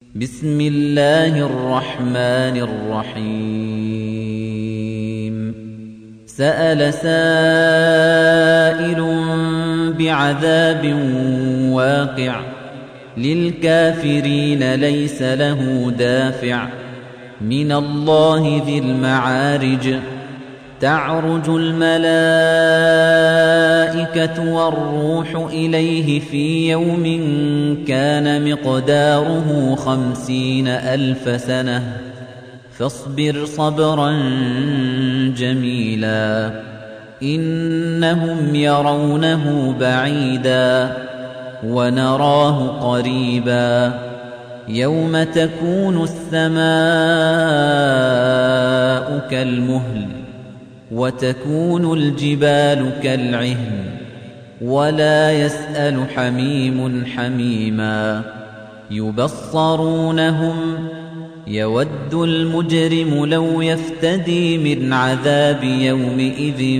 بسم الله الرحمن الرحيم سأل سائل بعذاب واقع للكافرين ليس له دافع من الله ذي المعارج تعرج الملائكة والروح إليه في يوم كان مقداره 50,000 سنة فاصبر صبرا جميلا إنهم يرونه بعيدا ونراه قريبا يوم تكون السماء كالمهل وتكون الجبال كالعهن ولا يسأل حميم حميما يبصرونهم يود المجرم لو يفتدي من عذاب يومئذ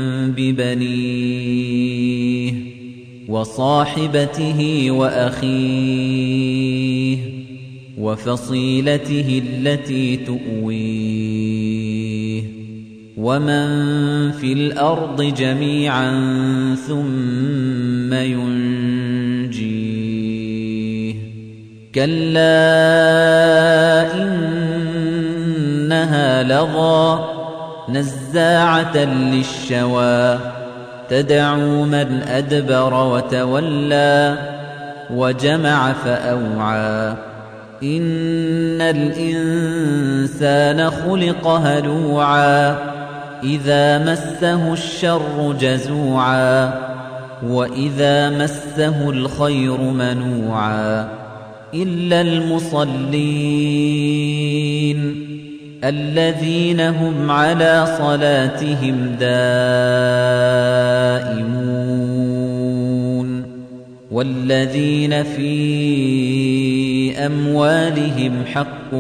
ببنيه وصاحبته وأخيه وفصيلته التي تؤويه ومن في الأرض جميعا ثم ينجيه كلا إنها لظى نزاعة للشوى تدعو من أدبر وتولى وجمع فأوعى إن الإنسان خلق هلوعا إذا مسه الشر جزوعا وإذا مسه الخير منوعا إلا المصلين الذين هم على صلاتهم دائمون والذين في أموالهم حق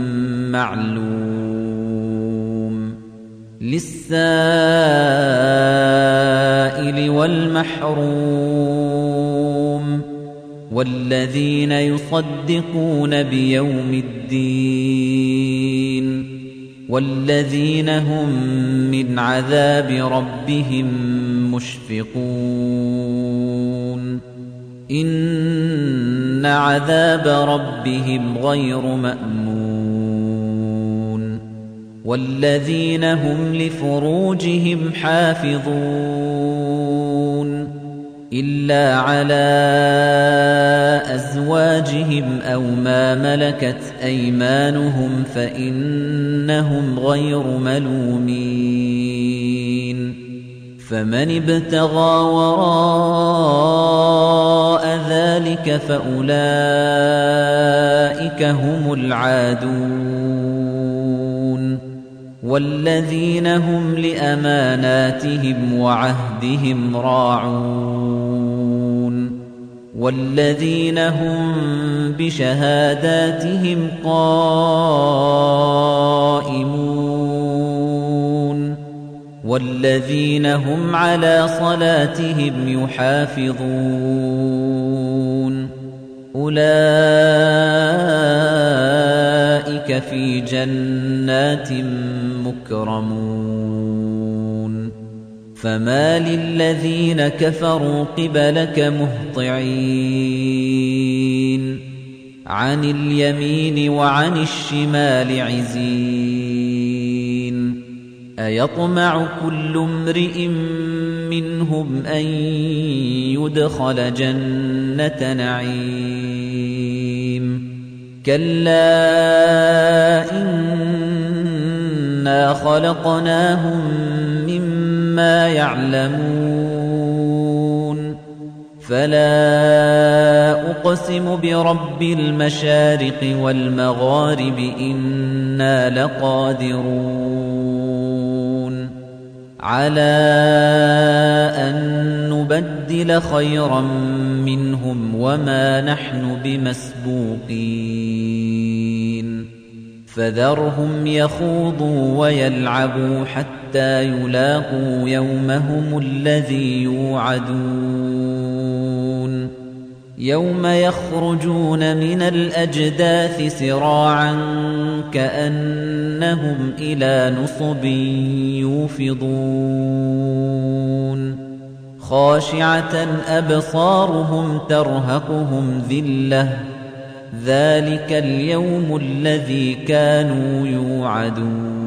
معلوم للسائل والمحروم والذين يصدقون بيوم الدين والذين هم من عذاب ربهم مشفقون إن عذاب ربهم غير مأمون والذين هم لفروجهم حافظون إلا على أزواجهم أو ما ملكت أيمانهم فإنهم غير ملومين فمن ابتغى وراء ذلك فأولئك هم العادون والذين هم لأماناتهم وعهدهم راعون والذين هم بشهاداتهم قائمون والذين هم على صلاتهم يحافظون أولئك في جنات مكرمون فما للذين كفروا قبلك مهطعين عن اليمين وعن الشمال عزين أيطمع كل امرئ منهم أن يدخل جنة نعيم كلا إنا خلقناهم مما يعلمون فلا أقسم برب المشارق والمغارب إنا لقادرون على أن نبدل خيرا منهم وما نحن بمسبوقين فذرهم يخوضوا ويلعبوا حتى يلاقوا يومهم الذي يوعدون يَوْمَ يَخْرُجُونَ مِنَ الْأَجْدَاثِ سِرَاعًا كَأَنَّهُمْ إِلَىٰ نُصُبٍ يُوفِضُونَ خَاشِعَةً أَبْصَارُهُمْ تَرْهَقُهُمْ ذِلَّةٌ ذَلِكَ الْيَوْمُ الَّذِي كَانُوا يُوعَدُونَ